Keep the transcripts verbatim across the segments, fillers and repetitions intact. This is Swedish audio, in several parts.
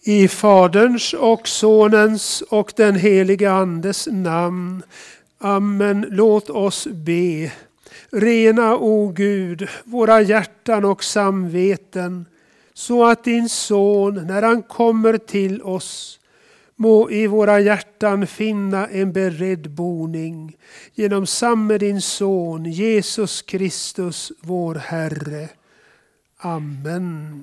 I Faderns och Sonens och den helige Andes namn. Amen. Låt oss be. Rena, o Gud, våra hjärtan och samveten, så att din son, när han kommer till oss, må i våra hjärtan finna en beredd boning genom samme din son, Jesus Kristus, vår Herre. Amen.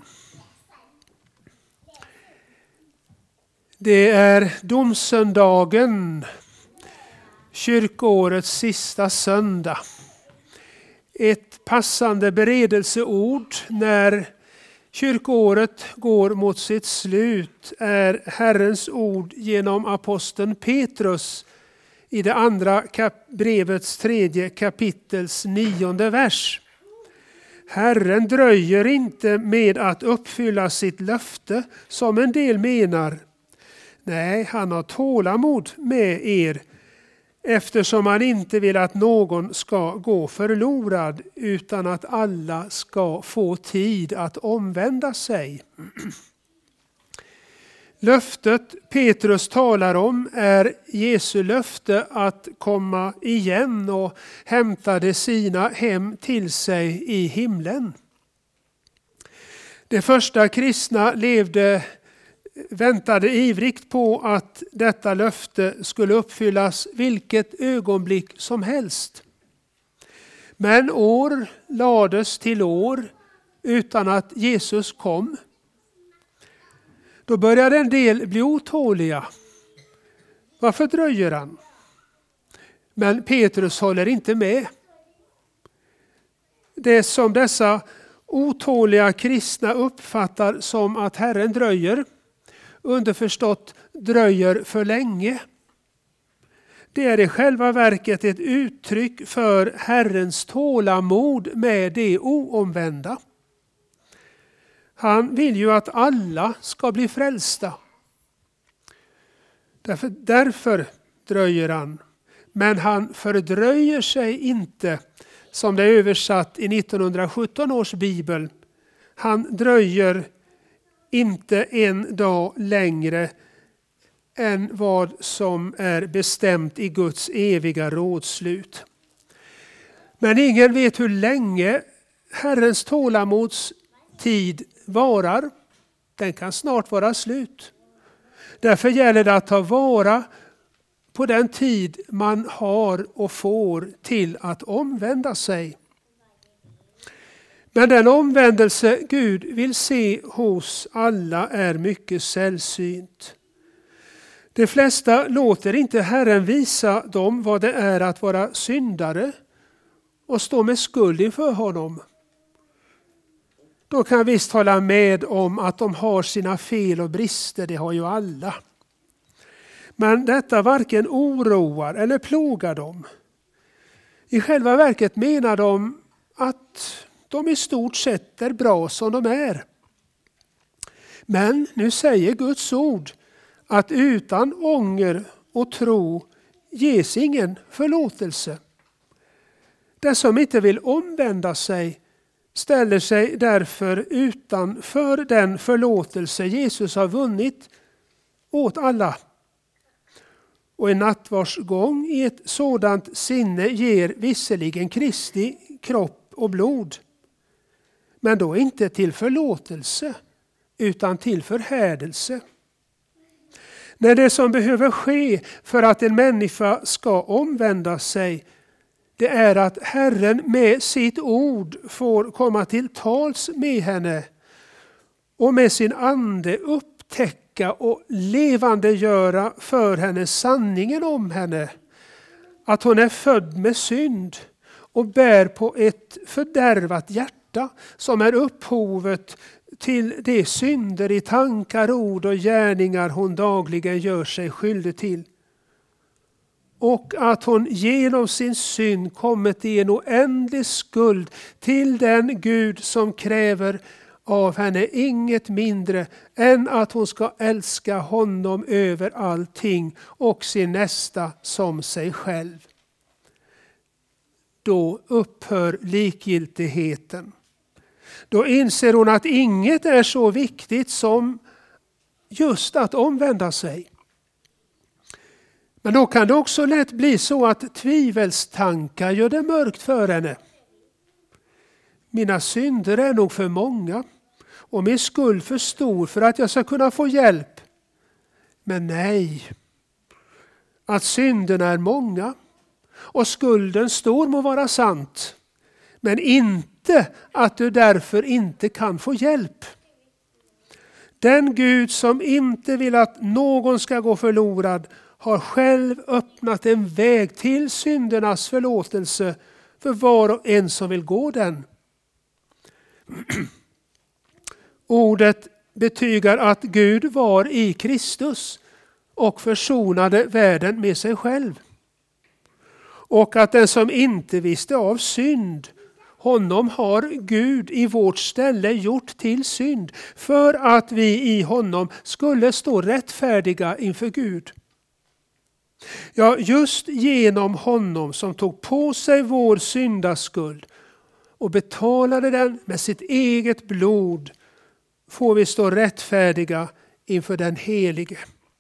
Det är domsöndagen, kyrkoårets sista söndag. Ett passande beredelseord när kyrkoåret går mot sitt slut är Herrens ord genom aposteln Petrus i det andra kap- brevets tredje kapitels nionde vers. Herren dröjer inte med att uppfylla sitt löfte som en del menar. Nej, han har tålamod med er, eftersom han inte vill att någon ska gå förlorad, utan att alla ska få tid att omvända sig. Löftet Petrus talar om är Jesu löfte att komma igen och hämta de sina hem till sig i himlen. De första kristna levde väntade ivrigt på att detta löfte skulle uppfyllas vilket ögonblick som helst. Men år lades till år utan att Jesus kom. Då började en del bli otåliga. Varför dröjer han? Men Petrus håller inte med. Det som dessa otåliga kristna uppfattar som att Herren dröjer, underförstått dröjer för länge. Det är i själva verket ett uttryck för Herrens tålamod med det oomvända. Han vill ju att alla ska bli frälsta. Därför, därför dröjer han. Men han fördröjer sig inte, som det är översatt i nittonhundrasjutton års bibel. Han dröjer inte en dag längre än vad som är bestämt i Guds eviga rådslut. Men ingen vet hur länge Herrens tålamods tid varar. Den kan snart vara slut. Därför gäller det att ta vara på den tid man har och får till att omvända sig. Men den omvändelse Gud vill se hos alla är mycket sällsynt. De flesta låter inte Herren visa dem vad det är att vara syndare och stå med skuld inför honom. Då kan jag visst hålla med om att de har sina fel och brister, det har ju alla. Men detta varken oroar eller plågar dem. I själva verket menar de att de i stort sett är bra som de är. Men nu säger Guds ord att utan ånger och tro ges ingen förlåtelse. Den som inte vill omvända sig ställer sig därför utanför den förlåtelse Jesus har vunnit åt alla. Och en nattvardsgång i ett sådant sinne ger visserligen Kristi kropp och blod, men då inte till förlåtelse utan till förhärdelse. När det som behöver ske för att en människa ska omvända sig, det är att Herren med sitt ord får komma till tals med henne och med sin ande upptäcka och levandegöra för henne sanningen om henne. Att hon är född med synd och bär på ett fördärvat hjärta som är upphovet till de synder i tankar, ord och gärningar hon dagligen gör sig skyldig till. Och att hon genom sin synd kommit i en oändlig skuld till den Gud som kräver av henne inget mindre än att hon ska älska honom över allting och sin nästa som sig själv. Då upphör likgiltigheten. Då inser hon att inget är så viktigt som just att omvända sig. Men då kan det också lätt bli så att tvivelstankar gör det mörkt för henne. Mina synder är nog för många och min skuld för stor för att jag ska kunna få hjälp. Men nej, att synderna är många och skulden stor må vara sant. Men inte att du därför inte kan få hjälp. Den Gud som inte vill att någon ska gå förlorad har själv öppnat en väg till syndernas förlåtelse för var och en som vill gå den. Ordet betygar att Gud var i Kristus och försonade världen med sig själv. Och att den som inte visste av synd, honom har Gud i vårt ställe gjort till synd för att vi i honom skulle stå rättfärdiga inför Gud. Ja, just genom honom som tog på sig vår syndaskuld och betalade den med sitt eget blod får vi stå rättfärdiga inför den helige.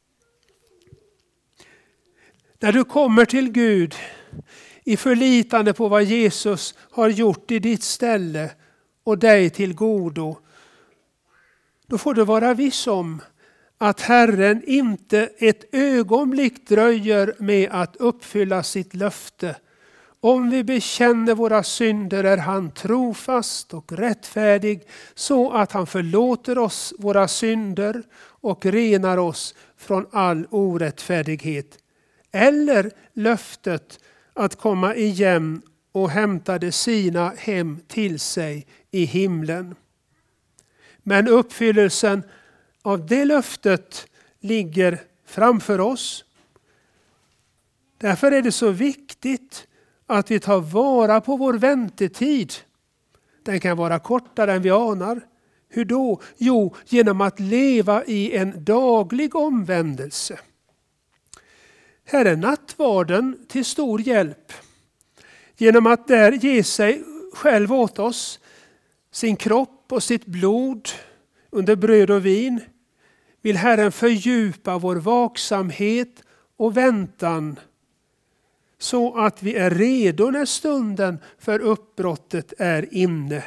När du kommer till Gud i förlitande på vad Jesus har gjort i ditt ställe och dig till godo, då får du vara viss om att Herren inte ett ögonblick dröjer med att uppfylla sitt löfte. Om vi bekänner våra synder är han trofast och rättfärdig så att han förlåter oss våra synder och renar oss från all orättfärdighet. Eller löftet att komma igen och hämta de sina hem till sig i himlen. Men uppfyllelsen av det löftet ligger framför oss. Därför är det så viktigt att vi tar vara på vår väntetid. Den kan vara kortare än vi anar. Hur då? Jo, genom att leva i en daglig omvändelse. Här är nattvarden till stor hjälp. Genom att där ge sig själv åt oss, sin kropp och sitt blod under bröd och vin, vill Herren fördjupa vår vaksamhet och väntan så att vi är redo när stunden för uppbrottet är inne.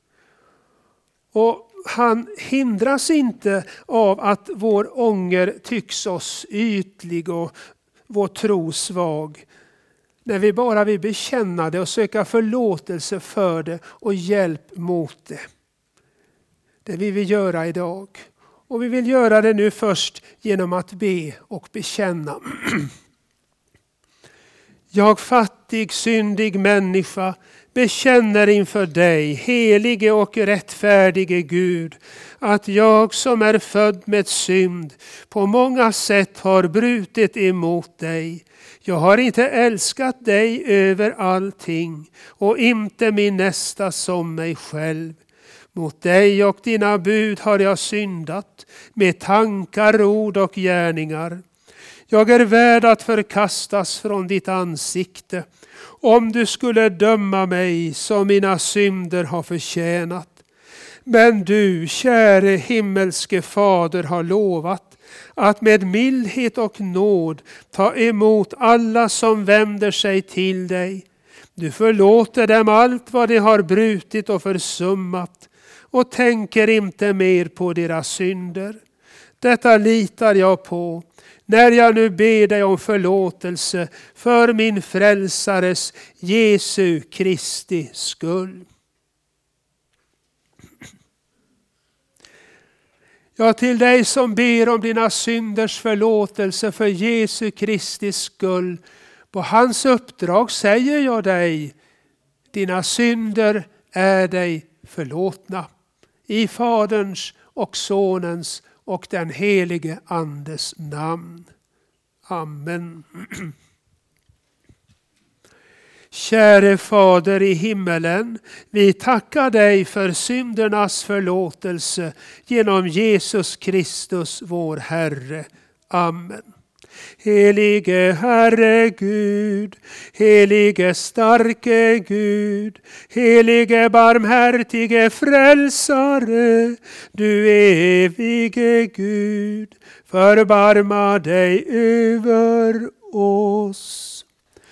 Och han hindras inte av att vår ånger tycks oss ytlig och vår tro svag. När vi bara vill bekänna det och söka förlåtelse för det och hjälp mot det. Det vill vi göra idag. Och vi vill göra det nu först genom att be och bekänna. Jag fattig, syndig människa bekänner inför dig, helige och rättfärdige Gud, att jag som är född med synd på många sätt har brutit emot dig. Jag har inte älskat dig över allting och inte min nästa som mig själv. Mot dig och dina bud har jag syndat med tankar, ord och gärningar. Jag är värd att förkastas från ditt ansikte om du skulle döma mig som mina synder har förtjänat. Men du, käre himmelske Fader, har lovat att med mildhet och nåd ta emot alla som vänder sig till dig. Du förlåter dem allt vad de har brutit och försummat och tänker inte mer på deras synder. Detta litar jag på när jag nu ber dig om förlåtelse för min frälsares Jesu Kristi skull. Ja, till dig som ber om dina synders förlåtelse för Jesu Kristi skull. På hans uppdrag säger jag dig, dina synder är dig förlåtna. I Faderns och Sonens och den helige Andes namn. Amen. Käre Fader i himmelen, vi tackar dig för syndernas förlåtelse genom Jesus Kristus vår Herre. Amen. Helige Herre Gud, helige starke Gud, helige barmhärtige frälsare, du evige Gud, förbarma dig över oss.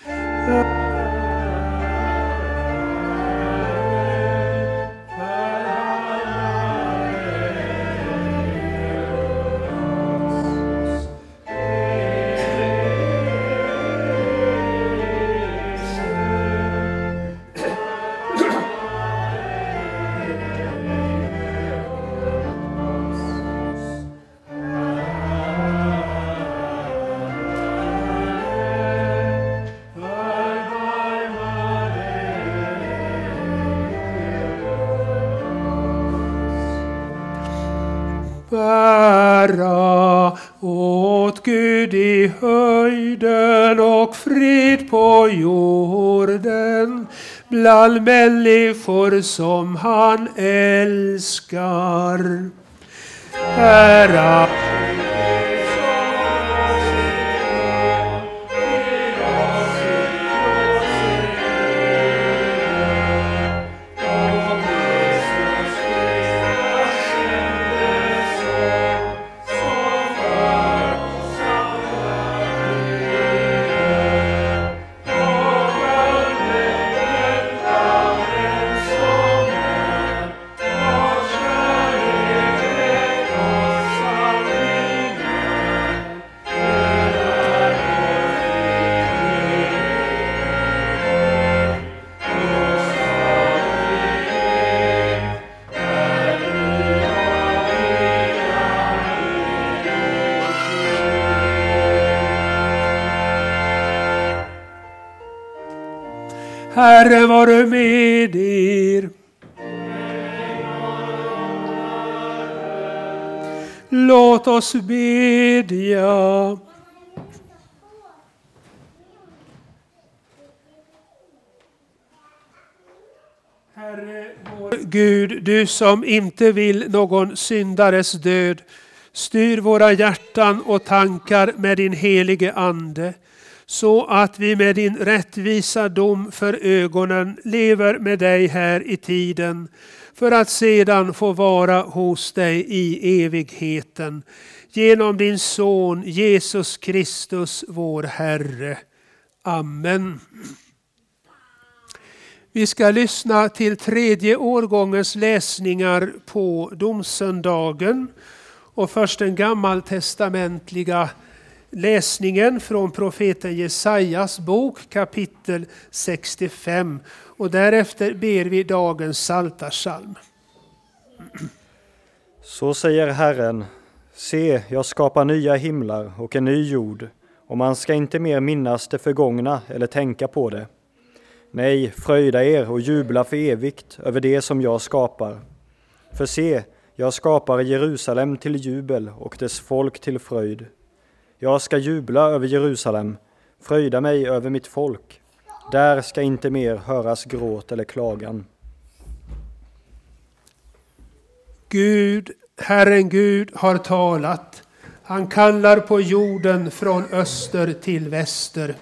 Ära åt Gud i höjden och frid på jorden bland människor som han älskar. Ära Herre vare med er. Låt oss bedja. Herre vår Gud, du som inte vill någon syndares död, styr våra hjärtan och tankar med din helige ande, så att vi med din rättvisa dom för ögonen lever med dig här i tiden, för att sedan få vara hos dig i evigheten. Genom din son Jesus Kristus vår Herre. Amen. Vi ska lyssna till tredje årgångens läsningar på domsöndagen, och först den gammaltestamentliga läsningen från profeten Jesajas bok kapitel sextiofem, och därefter ber vi dagens psaltarpsalm. Så säger Herren: se, jag skapar nya himlar och en ny jord, och man ska inte mer minnas det förgångna eller tänka på det. Nej, fröjda er och jubla för evigt över det som jag skapar. För se, jag skapar Jerusalem till jubel och dess folk till fröjd. Jag ska jubla över Jerusalem, fröjda mig över mitt folk. Där ska inte mer höras gråt eller klagan. Gud, Herren Gud har talat. Han kallar på jorden från öster till väster.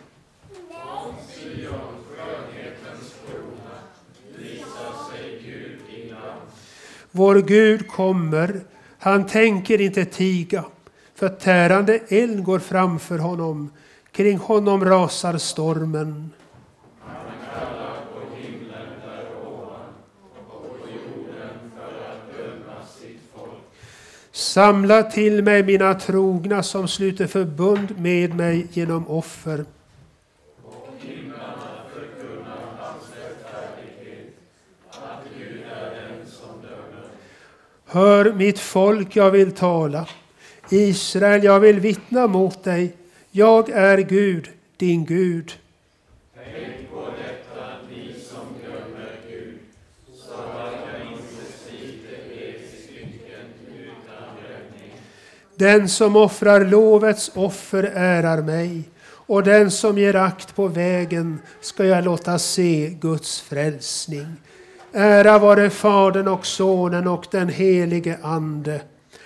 Vår Gud kommer, han tänker inte tiga. Förtärande eld går framför honom, kring honom rasar stormen. Han kallar på himlen där ovan och på jorden för att döma sitt folk. Samla till mig mina trogna som sluter förbund med mig genom offer. Och himlarna förkunnar hans rättfärdighet, att Gud är den som dömer. Hör mitt folk, jag vill tala. Israel, jag vill vittna mot dig. Jag är Gud, din Gud. Tänk på detta, ni som glömmer Gud, så att jag inte sliter er i stycken utan räddning. Den som offrar lovets offer ärar mig, och den som ger akt på vägen ska jag låta se Guds frälsning. Ära vare Fadern och Sonen och den helige Ande,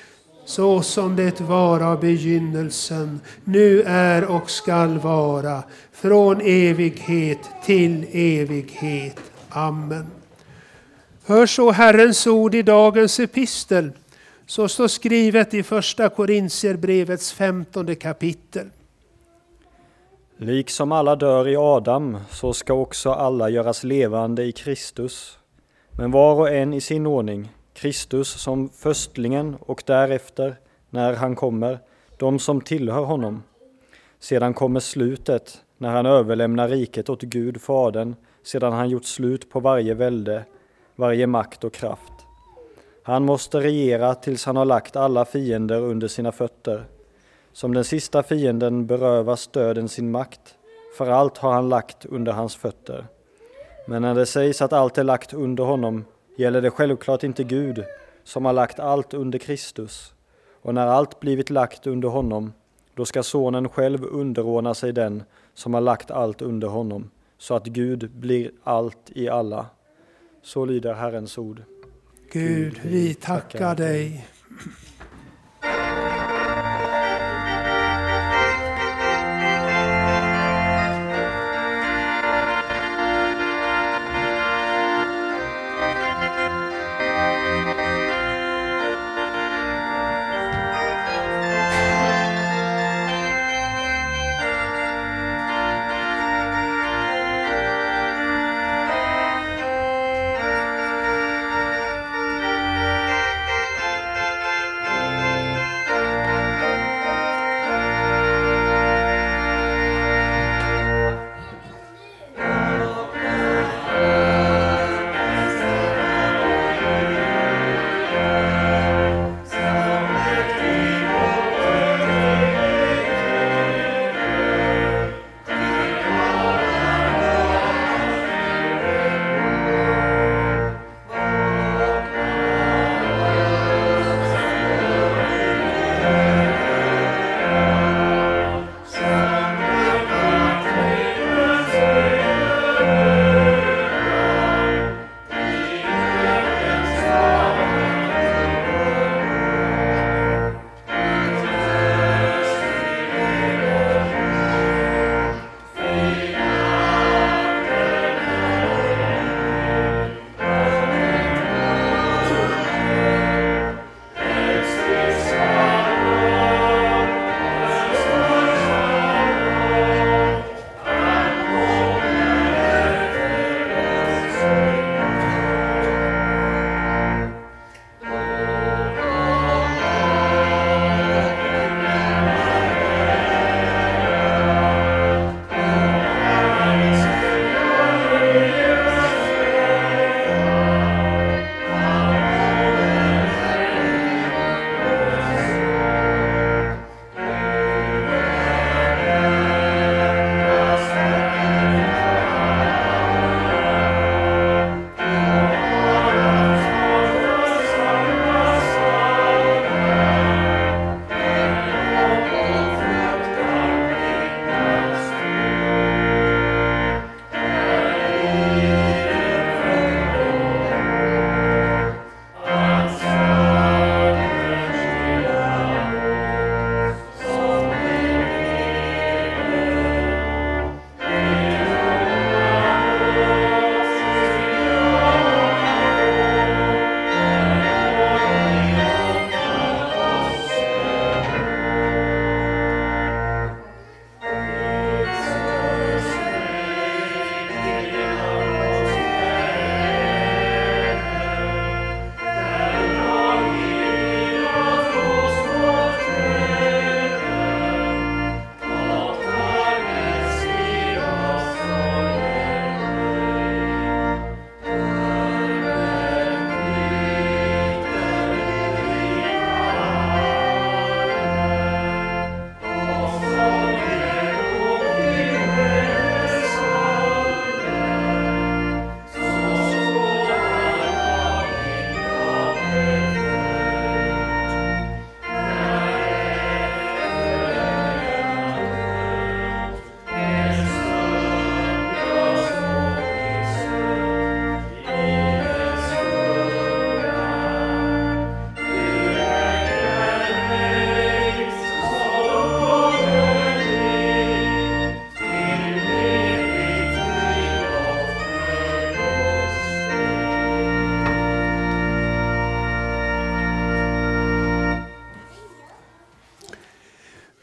så som det var av begynnelsen, nu är och skall vara, från evighet till evighet. Amen. Hör så Herrens ord i dagens epistel, så står skrivet i första Korintierbrevets femtonde kapitel. Liksom alla dör i Adam, så ska också alla göras levande i Kristus. Men var och en i sin ordning, Kristus som förstlingen och därefter, när han kommer, de som tillhör honom. Sedan kommer slutet, när han överlämnar riket åt Gud Fadern, sedan han gjort slut på varje välde, varje makt och kraft. Han måste regera tills han har lagt alla fiender under sina fötter. Som den sista fienden berövas döden sin makt, för allt har han lagt under hans fötter. Men när det sägs att allt är lagt under honom, gäller det självklart inte Gud, som har lagt allt under Kristus. Och när allt blivit lagt under honom, då ska sonen själv underordna sig den som har lagt allt under honom, så att Gud blir allt i alla. Så lyder Herrens ord. Gud, vi tackar dig.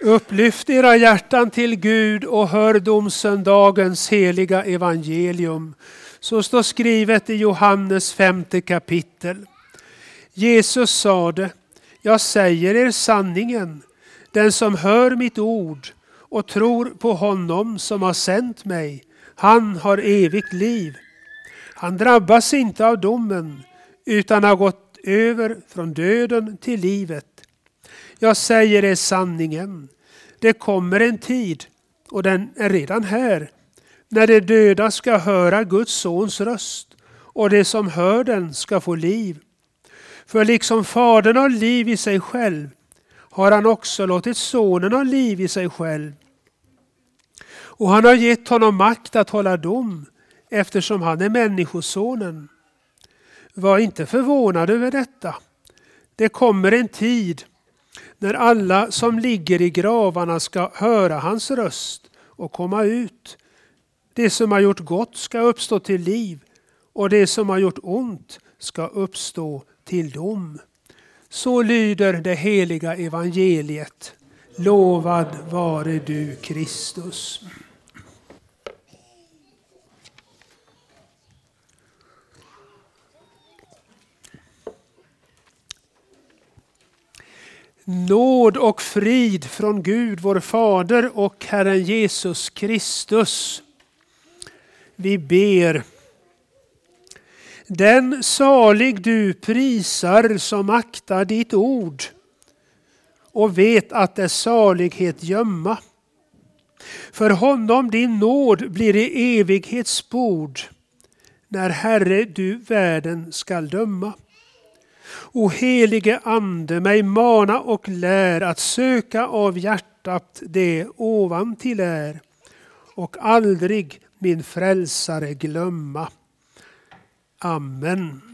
Upplyft era hjärtan till Gud och hör domsöndagens heliga evangelium. Så står skrivet i Johannes femte kapitel. Jesus sade, jag säger er sanningen, den som hör mitt ord och tror på honom som har sänt mig, han har evigt liv. Han drabbas inte av domen, utan har gått över från döden till livet. Jag säger er sanningen, det kommer en tid, och den är redan här, när de döda ska höra Guds sons röst, och de som hör den ska få liv. För liksom Fadern har liv i sig själv, har han också låtit sonen ha liv i sig själv. Och han har gett honom makt att hålla dom, eftersom han är människosonen. Var inte förvånad över detta. Det kommer en tid när alla som ligger i gravarna ska höra hans röst och komma ut. Det som har gjort gott ska uppstå till liv, och det som har gjort ont ska uppstå till dom. Så lyder det heliga evangeliet. Lovad vare du, Kristus. Nåd och frid från Gud, vår Fader, och Herren Jesus Kristus. Vi ber. Den salig du prisar som aktar ditt ord och vet att dess salighet gömma. För honom din nåd blir i evighets bord, när Herre du världen skall döma. O helige ande, mig mana och lär att söka av hjärtat det ovan till är, och aldrig min frälsare glömma. Amen.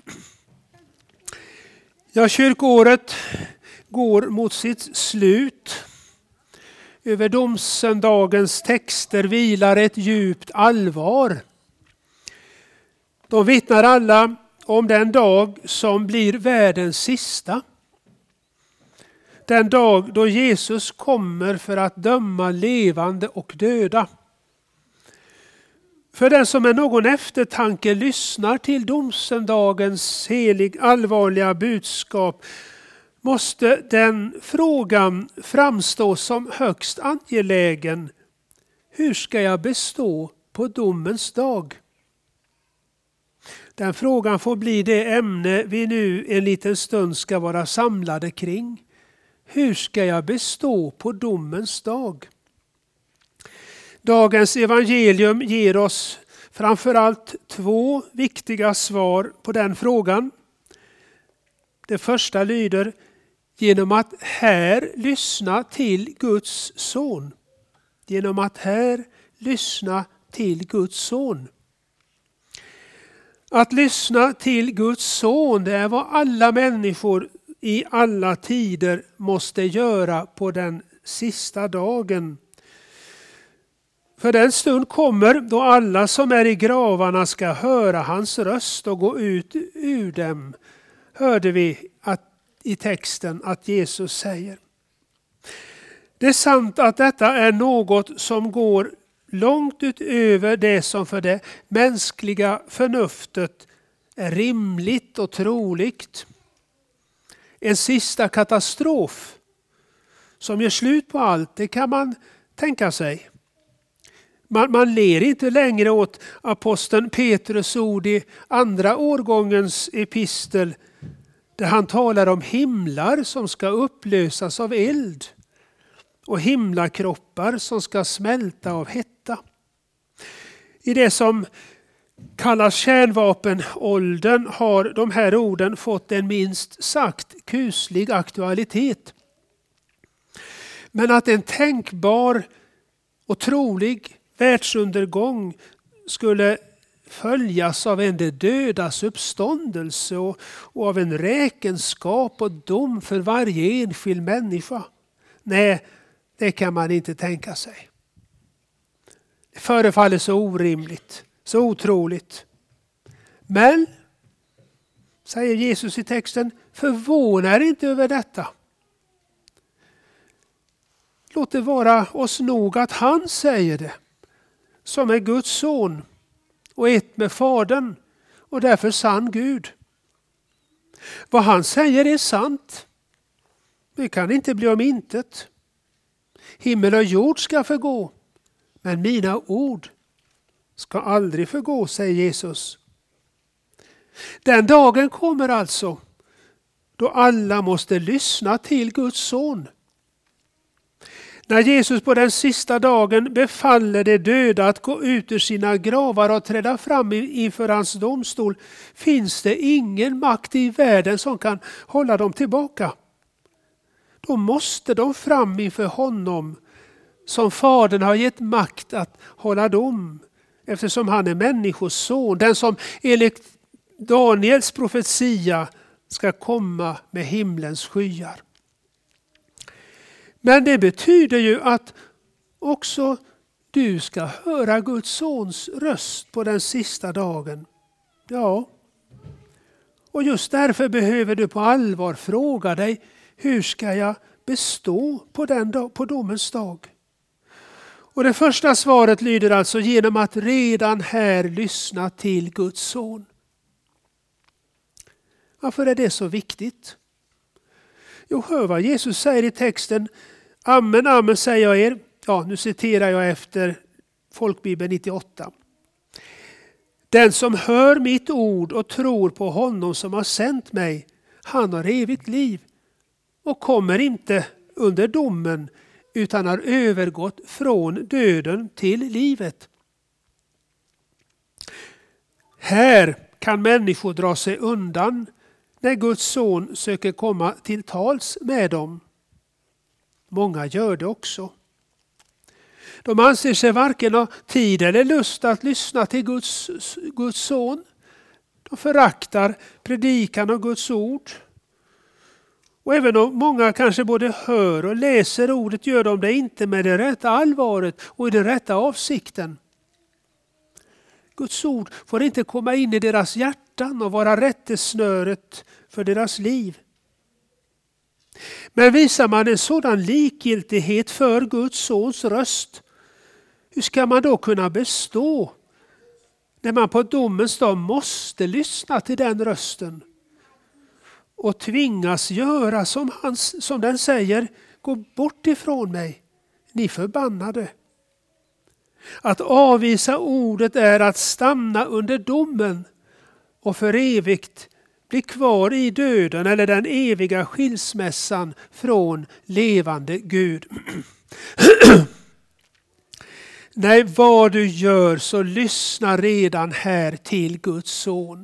Ja, kyrkåret går mot sitt slut. Över domsöndagens texter vilar ett djupt allvar. De vittnar alla om den dag som blir världens sista. Den dag då Jesus kommer för att döma levande och döda. För den som med någon eftertanke lyssnar till domsöndagens helig allvarliga budskap måste den frågan framstå som högst angelägen. Hur ska jag bestå på domens dag? Den frågan får bli det ämne vi nu en liten stund ska vara samlade kring. Hur ska jag bestå på domens dag? Dagens evangelium ger oss framförallt två viktiga svar på den frågan. Det första lyder, genom att här lyssna till Guds son. Genom att här lyssna till Guds son. Att lyssna till Guds son, det är vad alla människor i alla tider måste göra på den sista dagen. För den stund kommer då alla som är i gravarna ska höra hans röst och gå ut ur dem. Hörde vi att, i texten att Jesus säger. Det är sant att detta är något som går långt utöver det som för det mänskliga förnuftet är rimligt och troligt. En sista katastrof som gör slut på allt, det kan man tänka sig. Man, man ler inte längre åt aposteln Petrus ord i andra årgångens epistel, där han talar om himlar som ska upplösas av eld och himlakroppar som ska smälta av hetta. I det som kallas kärnvapenåldern har de här orden fått en minst sagt kuslig aktualitet. Men att en tänkbar och trolig världsundergång skulle följas av en de dödas uppståndelse och, och av en räkenskap och dom för varje enskild människa. Nej, det kan man inte tänka sig. Det förefaller så orimligt, så otroligt. Men, säger Jesus i texten, förvåna er inte över detta. låt det vara oss nog att han säger det, som är Guds son och ett med Fadern och därför sann Gud. Vad han säger är sant. Det kan inte bli om intet. Himmel och jord ska förgå, men mina ord ska aldrig förgå, säger Jesus. Den dagen kommer alltså då alla måste lyssna till Guds son. När Jesus på den sista dagen befaller de döda att gå ut ur sina gravar och träda fram inför hans domstol, finns det ingen makt i världen som kan hålla dem tillbaka. Då måste de fram inför honom som Fadern har gett makt att hålla dom, eftersom han är människoson, den som enligt Daniels profetia ska komma med himlens skyar. Men det betyder ju att också du ska höra Guds sons röst på den sista dagen. Ja, och just därför behöver du på allvar fråga dig, hur ska jag bestå på, den dag, på domens dag? Och det första svaret lyder alltså genom att redan här lyssna till Guds son. Varför är det så viktigt? Jo, hör vad Jesus säger i texten. Amen, amen säger jag er. Ja, nu citerar jag efter Folkbibeln nittioåtta. Den som hör mitt ord och tror på honom som har sänt mig, han har evigt liv och kommer inte under domen utan har övergått från döden till livet. Här kan människor dra sig undan när Guds son söker komma till tals med dem. Många gör det också. De anser sig varken ha tid eller lust att lyssna till Guds, Guds son. De föraktar predikan av Guds ord. Och även om många kanske både hör och läser ordet, gör de det inte med det rätta allvaret och i den rätta avsikten. Guds ord får inte komma in i deras hjärtan och vara rättesnöret för deras liv. Men visar man en sådan likgiltighet för Guds sons röst, hur ska man då kunna bestå när man på domens dag måste lyssna till den rösten och tvingas göra som, hans, som den säger, gå bort ifrån mig, ni förbannade. Att avvisa ordet är att stanna under domen och för evigt bli kvar i döden eller den eviga skilsmässan från levande Gud. Nej, vad du gör så lyssna redan här till Guds son.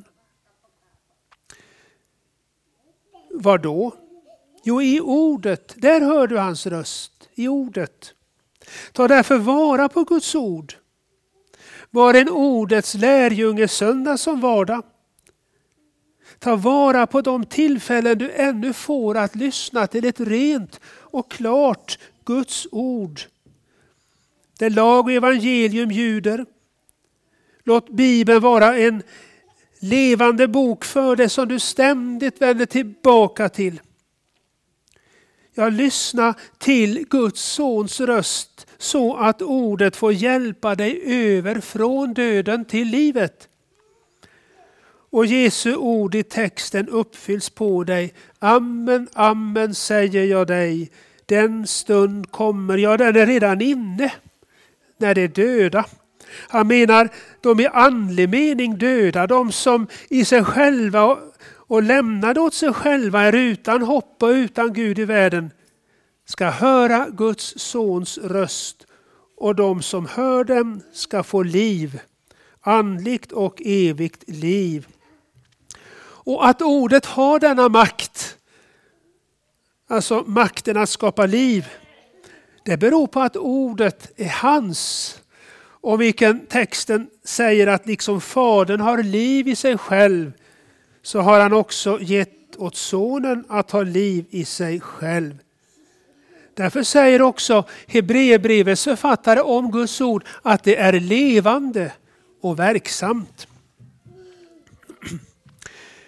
Vad då? Jo, i ordet, där hör du hans röst, i ordet. Ta därför vara på Guds ord. Var en ordets lärjunge söndag som vardag. Ta vara på de tillfällen du ännu får att lyssna till ett rent och klart Guds ord. Det lag och evangelium ljuder. Låt Bibeln vara en levande bok för dig som du ständigt vänder tillbaka till. Jag lyssnar till Guds sons röst så att ordet får hjälpa dig över från döden till livet. Och Jesu ord i texten uppfylls på dig. Amen, amen säger jag dig. Den stund kommer, ja den är redan inne, när det är döda. Han menar de i andlig mening döda, de som i sig själva och lämnade åt sig själva är utan hopp och utan Gud i världen, ska höra Guds sons röst, och de som hör dem ska få liv, andligt och evigt liv. Och att ordet har denna makt, alltså makten att skapa liv, det beror på att ordet är hans. Och vilken texten säger att liksom Fadern har liv i sig själv, så har han också gett åt sonen att ha liv i sig själv. Därför säger också Hebreerbrevets författare om Guds ord att det är levande och verksamt.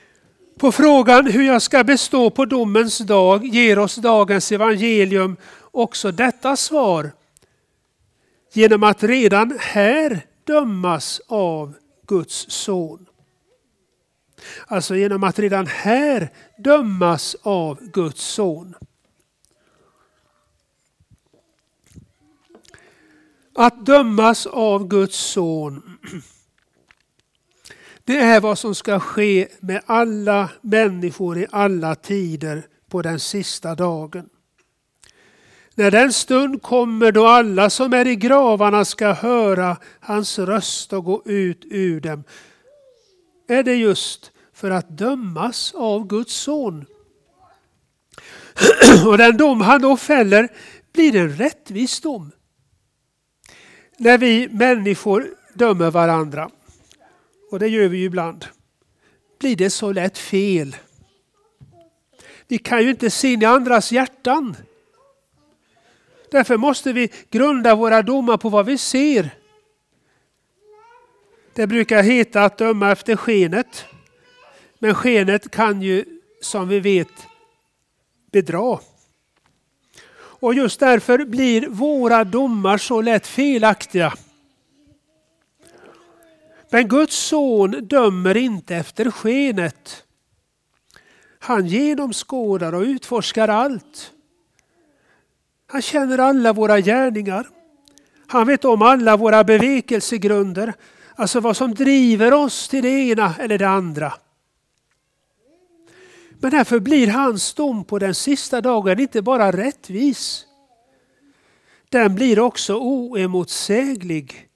På frågan hur jag ska bestå på domens dag ger oss dagens evangelium också detta svar genom att redan här dömas av Guds son. Alltså genom att redan här dömas av Guds son. Att dömas av Guds son, det är vad som ska ske med alla människor i alla tider på den sista dagen. När den stund kommer då alla som är i gravarna ska höra hans röst och gå ut ur dem, är det just för att dömas av Guds son. Och den dom han då fäller blir en rättvis dom. När vi människor dömer varandra, och det gör vi ju ibland, blir det så lätt fel. Vi kan ju inte se in i andras hjärtan. Därför måste vi grunda våra domar på vad vi ser. Det brukar heta att döma efter skenet. Men skenet kan ju, som vi vet, bedra. Och just därför blir våra domar så lätt felaktiga. Men Guds son dömer inte efter skenet. Han genomskådar och utforskar allt. Han känner alla våra gärningar. Han vet om alla våra bevekelsegrunder. Alltså vad som driver oss till det ena eller det andra. Men därför blir hans dom på den sista dagen inte bara rättvis. Den blir också oemotsäglig.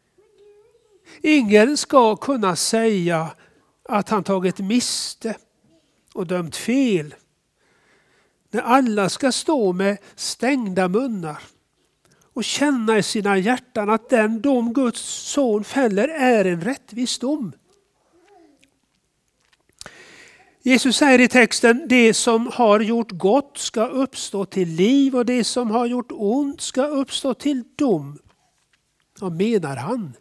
Ingen ska kunna säga att han tagit miste och dömt fel. När alla ska stå med stängda munnar och känna i sina hjärtan att den dom Guds son fäller är en rättvis dom. Jesus säger i texten, det som har gjort gott ska uppstå till liv och det som har gjort ont ska uppstå till dom. Vad menar han?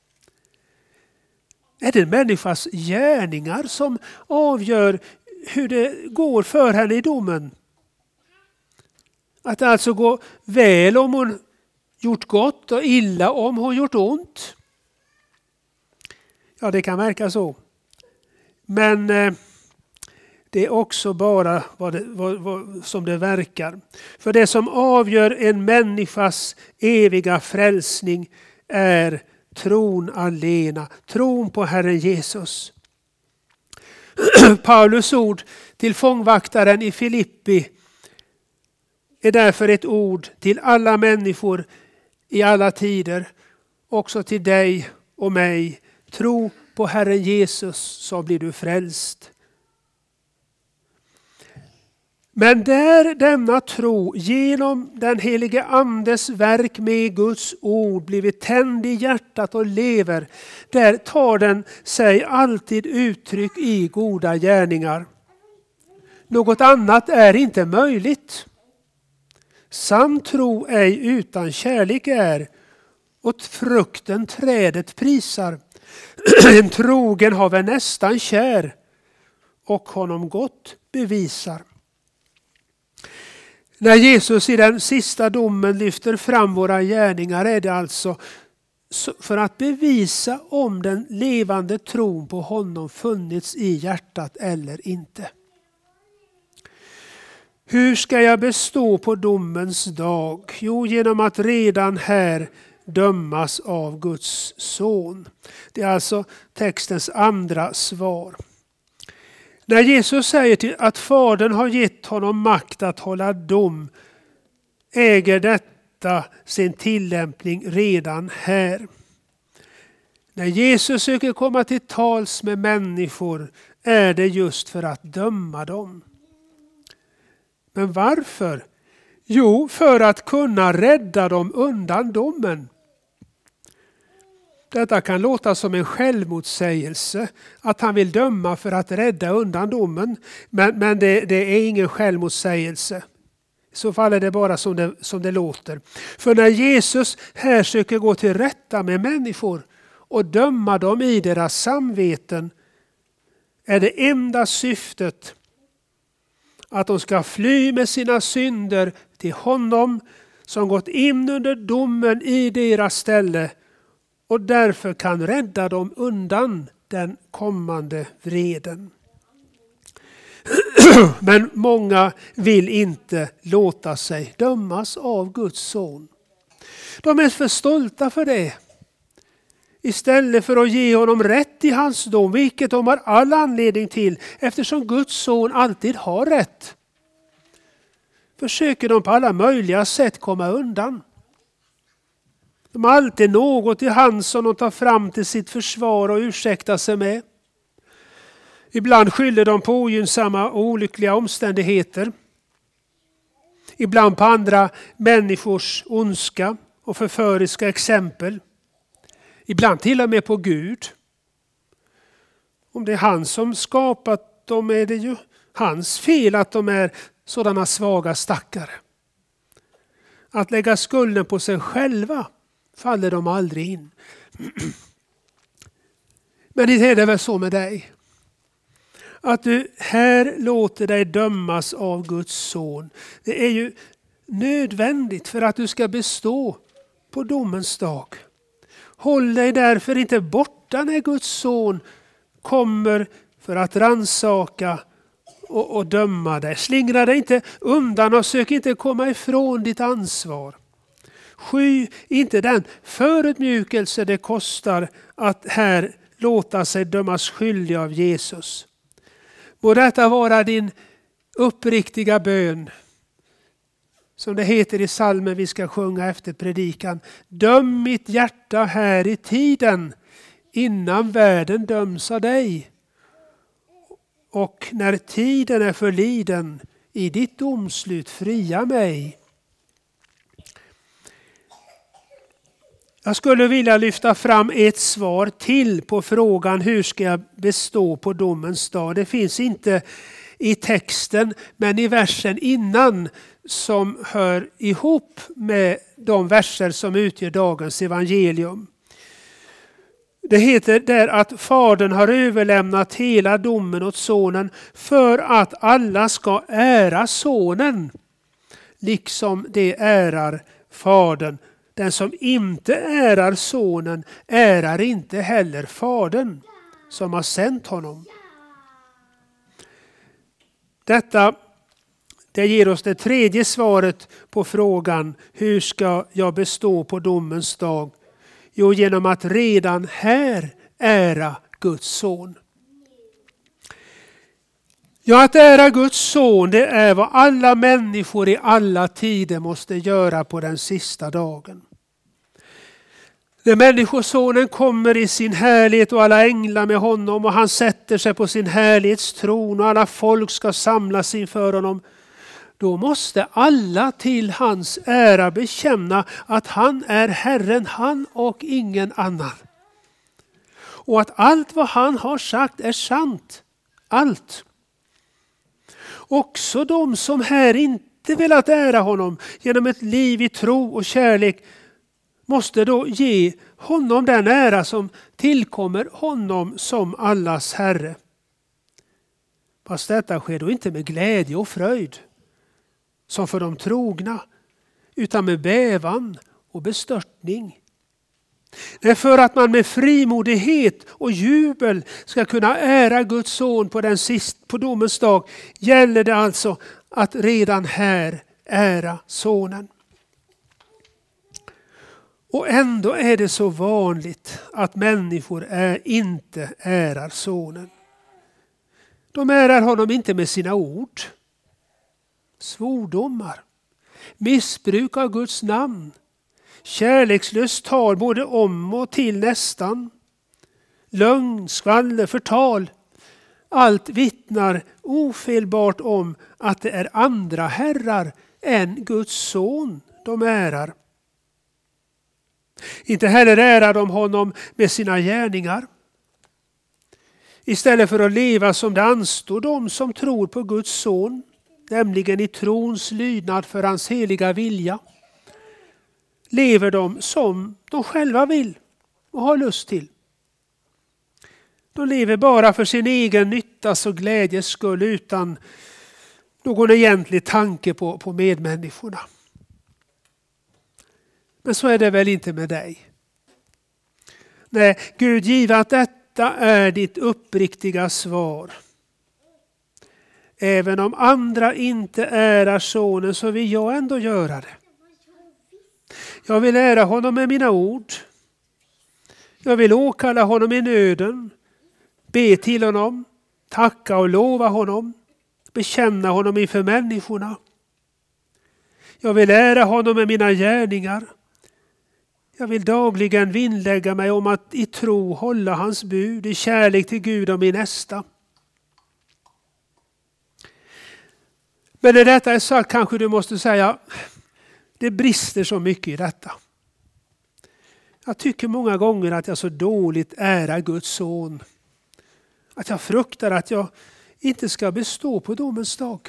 Är det en människas gärningar som avgör hur det går för henne i domen? Att det alltså går väl om hon gjort gott och illa om hon gjort ont? Ja, det kan verka så. Men eh, det är också bara vad det, vad, vad, som det verkar. För det som avgör en människas eviga frälsning är tron alena. Tron på Herren Jesus. Paulus ord till fångvaktaren i Filippi är därför ett ord till alla människor i alla tider. Också till dig och mig. Tro på Herren Jesus så blir du frälst. Men där denna tro genom den helige andes verk med Guds ord blivit tänd i hjärtat och lever, där tar den sig alltid uttryck i goda gärningar. Något annat är inte möjligt. Sann tro ej utan kärlek är, och frukten trädet prisar. En trogen har väl nästan kär, och honom gott bevisar. När Jesus i den sista domen lyfter fram våra gärningar är det alltså för att bevisa om den levande tron på honom funnits i hjärtat eller inte. Hur ska jag bestå på domens dag? Jo, genom att redan här dömas av Guds son. Det är alltså textens andra svar. När Jesus säger till att Fadern har gett honom makt att hålla dom, äger detta sin tillämpning redan här. När Jesus söker komma till tals med människor är det just för att döma dem. Men varför? Jo, för att kunna rädda dem undan domen. Detta kan låta som en självmotsägelse, att han vill döma för att rädda undan domen. Men, men det, det är ingen självmotsägelse. I så fall är det bara som det, som det låter. För när Jesus här söker gå till rätta med människor och döma dem i deras samveten, är det enda syftet att de ska fly med sina synder till honom som gått in under domen i deras ställe och därför kan rädda dem undan den kommande vreden. Men många vill inte låta sig dömas av Guds son. De är för stolta för det. Istället för att ge honom rätt i hans dom, vilket de har all anledning till, eftersom Guds son alltid har rätt, försöker de på alla möjliga sätt komma undan. De har alltid något i hand som de tar fram till sitt försvar och ursäktar sig med. Ibland skyller de på ogynnsamma och olyckliga omständigheter. Ibland på andra människors ondska och förföriska exempel. Ibland till och med på Gud. Om det är han som skapat dem är det ju hans fel att de är sådana svaga stackare. Att lägga skulden på sig själva faller de aldrig in. Men det är det väl så med dig. Att du här låter dig dömas av Guds son. Det är ju nödvändigt för att du ska bestå på domens dag. Håll dig därför inte borta när Guds son kommer för att rannsaka och, och döma dig. Slingra dig inte undan och sök inte komma ifrån ditt ansvar. Sky inte den förödmjukelse det kostar att här låta sig dömas skyldig av Jesus. Må detta vara din uppriktiga bön. Som det heter i psalmen vi ska sjunga efter predikan. Döm mitt hjärta här i tiden innan världen döms av dig. Och när tiden är förliden i ditt domslut fria mig. Jag skulle vilja lyfta fram ett svar till på frågan hur ska jag bestå på domens dag. Det finns inte i texten men i versen innan som hör ihop med de verser som utgör dagens evangelium. Det heter där att Fadern har överlämnat hela domen åt sonen för att alla ska ära sonen liksom det ärar Fadern. Den som inte ärar sonen ärar inte heller Fadern som har sänt honom. Detta det ger oss det tredje svaret på frågan hur ska jag bestå på domens dag? Jo, genom att redan här ära Guds son. Ja, att ära Guds son det är vad alla människor i alla tider måste göra på den sista dagen. När människosonen kommer i sin härlighet och alla änglar med honom och han sätter sig på sin härlighetstron och alla folk ska samlas inför honom. Då måste alla till hans ära bekänna att han är Herren, han och ingen annan. Och att allt vad han har sagt är sant. Allt. Också de som här inte velat ära honom genom ett liv i tro och kärlek måste då ge honom den ära som tillkommer honom som allas Herre. Fast detta sker då inte med glädje och fröjd som för de trogna, utan med bävan och bestörtning. Nej, för att man med frimodighet och jubel ska kunna ära Guds son på, den sist, på domens dag gäller det alltså att redan här ära sonen. Och ändå är det så vanligt att människor är, inte ärar sonen. De ärar honom inte med sina ord. Svordomar, missbruk av Guds namn, kärlekslöst tal både om och till nästan, lögn, skvaller, förtal. Allt vittnar ofelbart om att det är andra herrar än Guds son de ärar. Inte heller ärar de honom med sina gärningar. Istället för att leva som det anstår de som tror på Guds son, nämligen i trons lydnad för hans heliga vilja, lever de som de själva vill och har lust till. De lever bara för sin egen nyttas och glädjes skull utan någon egentlig tanke på, på medmänniskorna. Men så är det väl inte med dig. Nej, Gud giv att detta är ditt uppriktiga svar. Även om andra inte ärar sonen så vill jag ändå göra det. Jag vill ära honom med mina ord. Jag vill åkalla honom i nöden. Be till honom. Tacka och lova honom. Bekänna honom inför människorna. Jag vill ära honom med mina gärningar. Jag vill dagligen vinnlägga mig om att i tro hålla hans bud, i kärlek till Gud och min nästa. Men när detta är sagt kanske du måste säga, det brister så mycket i detta. Jag tycker många gånger att jag så dåligt ärar Guds son. Att jag fruktar att jag inte ska bestå på domens dag.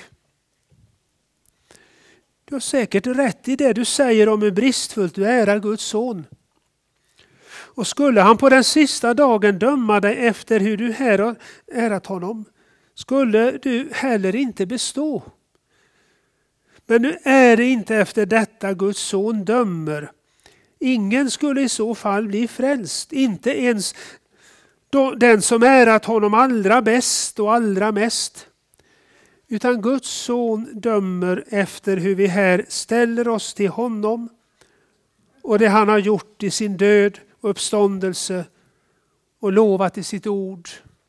Du har säkert rätt i det du säger om hur bristfullt du ärar Guds son. Och skulle han på den sista dagen döma dig efter hur du här har ärat honom, skulle du heller inte bestå. Men nu är det inte efter detta Guds son dömer. Ingen skulle i så fall bli frälst, inte ens den som ärat honom allra bäst och allra mest. Utan Guds son dömer efter hur vi här ställer oss till honom och det han har gjort i sin död och uppståndelse och lovat i sitt ord.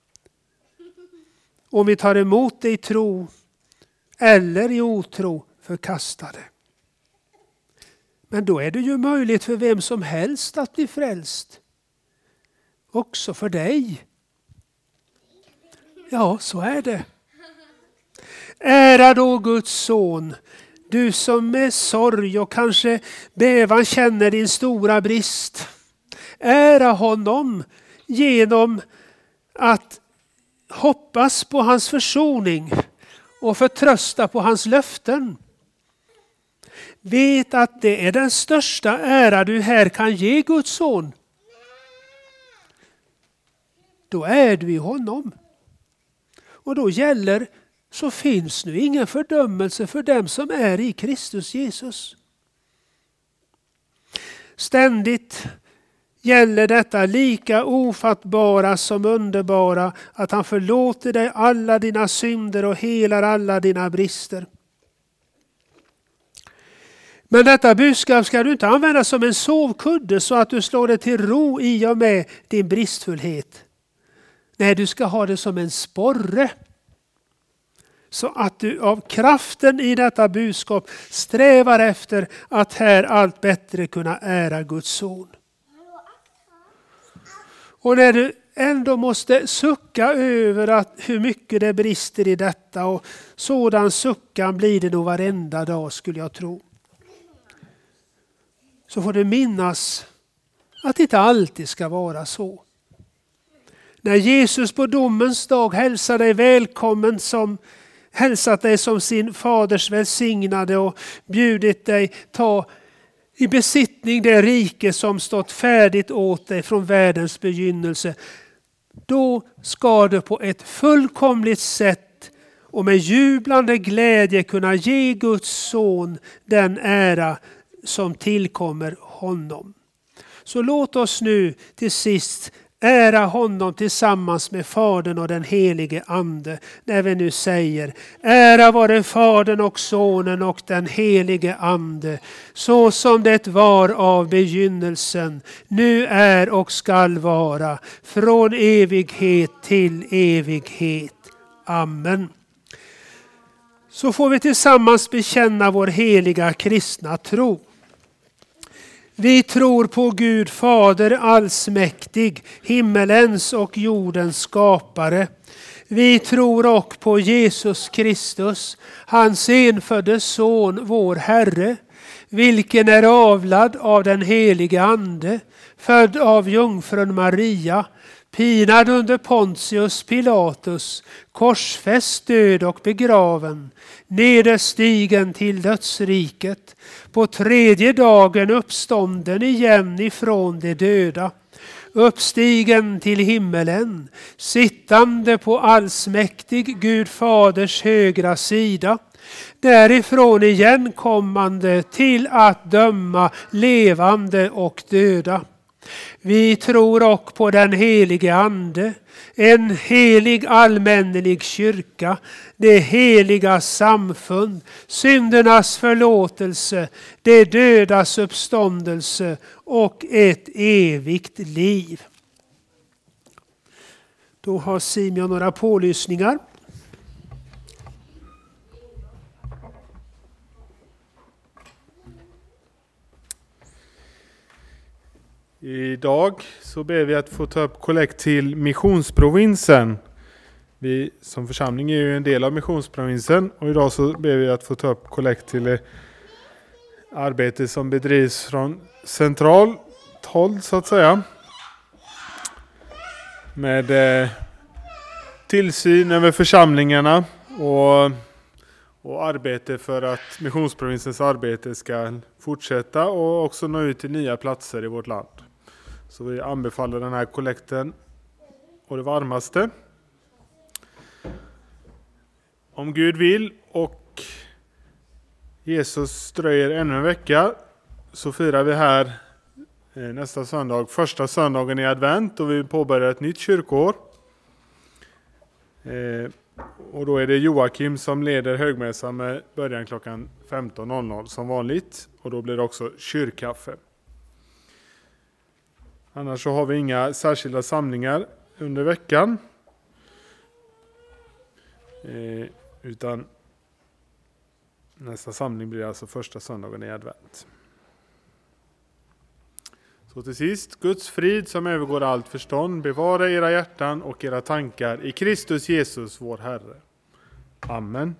Om vi tar emot det i tro eller i otro förkastade. Men då är det ju möjligt för vem som helst att bli frälst. Också för dig. Ja, så är det. Ära då Guds son, du som med sorg och kanske bävan känner din stora brist. Ära honom genom att hoppas på hans försoning och förtrösta på hans löften. Vet att det är den största ära du här kan ge Guds son. Då är du i honom. Och då gäller så finns nu ingen fördömelse för dem som är i Kristus Jesus. Ständigt gäller detta lika ofattbara som underbara, att han förlåter dig alla dina synder och helar alla dina brister. Men detta budskap ska du inte använda som en sovkudde så att du slår dig till ro i och med din bristfullhet. Nej, du ska ha det som en sporre. Så att du av kraften i detta budskap strävar efter att här allt bättre kunna ära Guds son. Och när du ändå måste sucka över att hur mycket det brister i detta, och sådan suckan blir det nog varenda dag skulle jag tro. Så får du minnas att det inte alltid ska vara så. När Jesus på domens dag hälsar dig välkommen som hälsat dig som sin faders välsignade och bjudit dig ta i besittning det rike som stått färdigt åt dig från världens begynnelse. Då ska du på ett fullkomligt sätt och med jublande glädje kunna ge Guds son den ära som tillkommer honom. Så låt oss nu till sist ära honom tillsammans med Fadern och den helige Ande, när vi nu säger: ära vare Fadern och Sonen och den helige Ande, så som det var av begynnelsen, nu är och skall vara, från evighet till evighet. Amen. Så får vi tillsammans bekänna vår heliga kristna tro. Vi tror på Gud Fader allsmäktig, himmelens och jordens skapare. Vi tror också på Jesus Kristus, hans enfödde son, vår Herre, vilken är avlad av den helige Ande, född av jungfrun Maria, pinad under Pontius Pilatus, korsfäst, död och begraven, nederstigen till dödsriket, på tredje dagen uppstånden igen ifrån de döda, uppstigen till himmelen, sittande på allsmäktig Gud faders högra sida, därifrån igen kommande till att döma levande och döda. Vi tror också på den helige ande, en helig allmännelig kyrka, det heliga samfund, syndernas förlåtelse, det dödas uppståndelse och ett evigt liv. Då har Simeon några pålysningar. Idag så ber vi att få ta upp kollekt till missionsprovinsen. Vi som församling är ju en del av missionsprovinsen och idag så ber vi att få ta upp kollekt till det arbete som bedrivs från centralt håll så att säga. Med eh, tillsyn över församlingarna och, och arbete för att missionsprovinsens arbete ska fortsätta och också nå ut till nya platser i vårt land. Så vi anbefaller den här kollekten och det varmaste. Om Gud vill och Jesus dröjer ännu en vecka så firar vi här nästa söndag, första söndagen i advent, och vi påbörjar ett nytt kyrkoår. Och då är det Joakim som leder högmässan med början klockan femton noll noll som vanligt, och då blir det också kyrkkaffe. Annars så har vi inga särskilda samlingar under veckan. Eh, utan nästa samling blir alltså första söndagen i advent. Så till sist, Guds frid som övergår allt förstånd, bevara era hjärtan och era tankar i Kristus Jesus vår Herre. Amen.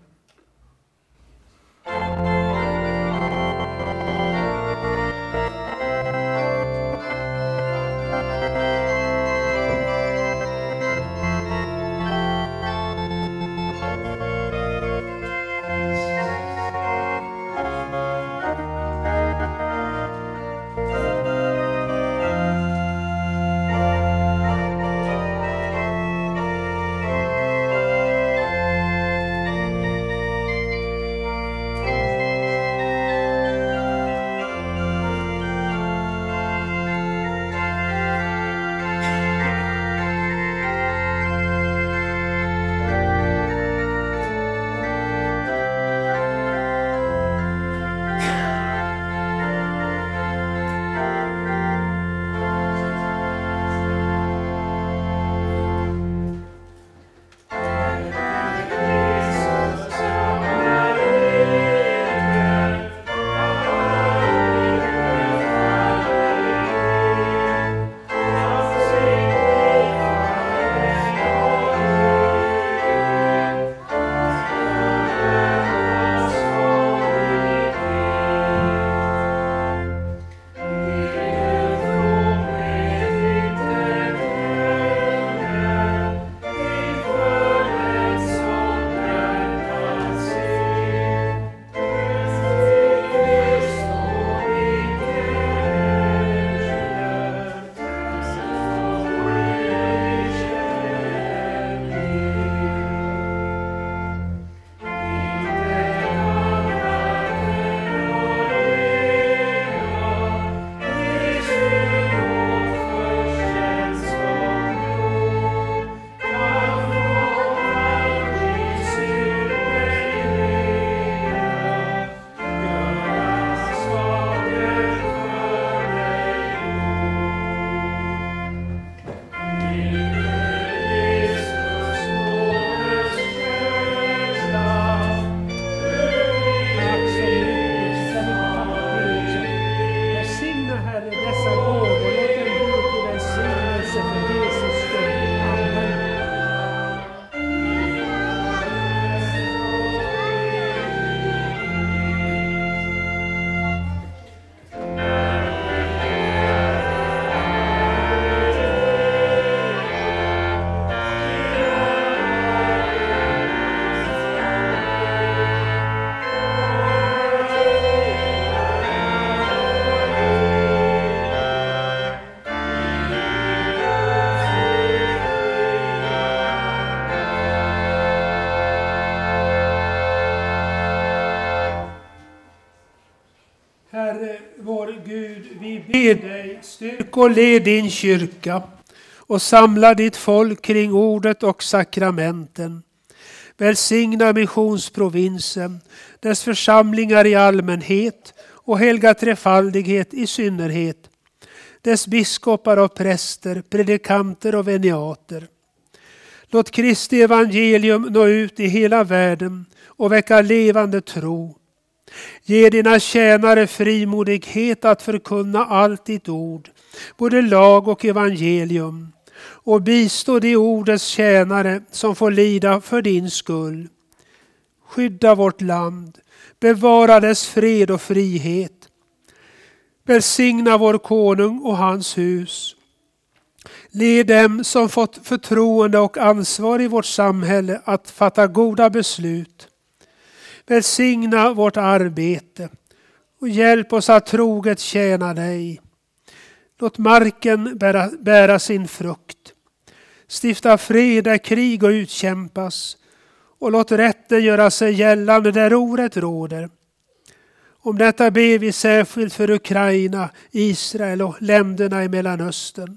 Herre, vår Gud, vi ber dig, styrk och led din kyrka och samla ditt folk kring ordet och sakramenten. Välsigna missionsprovinsen, dess församlingar i allmänhet och helga trefaldighet i synnerhet, dess biskopar och präster, predikanter och veniater. Låt Kristi evangelium nå ut i hela världen och väcka levande tro. Ge dina tjänare frimodighet att förkunna allt ditt ord, både lag och evangelium, och bistå de ordets tjänare som får lida för din skull. Skydda vårt land, bevara dess fred och frihet. Välsigna vår konung och hans hus. Led dem som fått förtroende och ansvar i vårt samhälle att fatta goda beslut. Välsigna vårt arbete och hjälp oss att troget tjäna dig. Låt marken bära, bära sin frukt. Stifta fred där krig och utkämpas och låt rätten göra sig gällande där orätt råder. Om detta ber vi särskilt för Ukraina, Israel och länderna i Mellanöstern.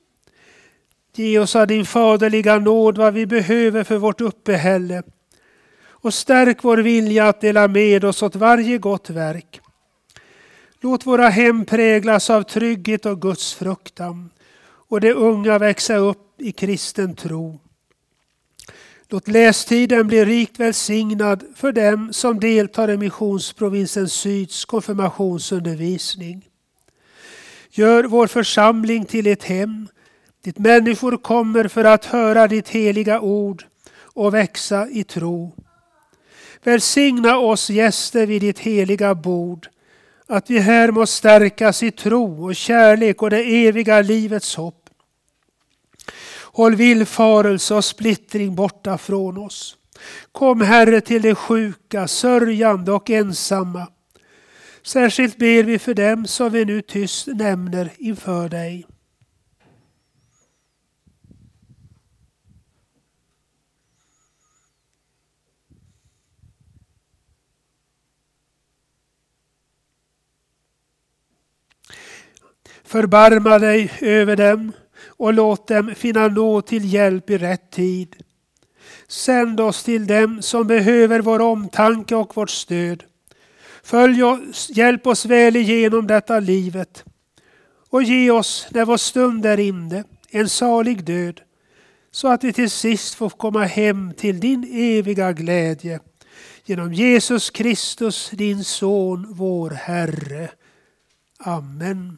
Ge oss av din faderliga nåd vad vi behöver för vårt uppehälle och stärk vår vilja att dela med oss åt varje gott verk. Låt våra hem präglas av trygghet och Guds fruktan och de unga växa upp i kristen tro. Låt lästiden bli rikt välsignad för dem som deltar i missionsprovinsen Syds konfirmationsundervisning. Gör vår församling till ett hem dit människor kommer för att höra ditt heliga ord och växa i tro. Välsigna oss gäster vid ditt heliga bord, att vi här må stärkas i tro och kärlek och det eviga livets hopp. Håll villfarelse och splittring borta från oss. Kom Herre till de sjuka, sörjande och ensamma. Särskilt ber vi för dem som vi nu tyst nämner inför dig. Förbarma dig över dem och låt dem finna nåd till hjälp i rätt tid. Sänd oss till dem som behöver vår omtanke och vårt stöd. Följ oss, hjälp oss väl igenom detta livet och ge oss, när vår stund är inne, en salig död, så att vi till sist får komma hem till din eviga glädje. Genom Jesus Kristus, din son, vår Herre. Amen.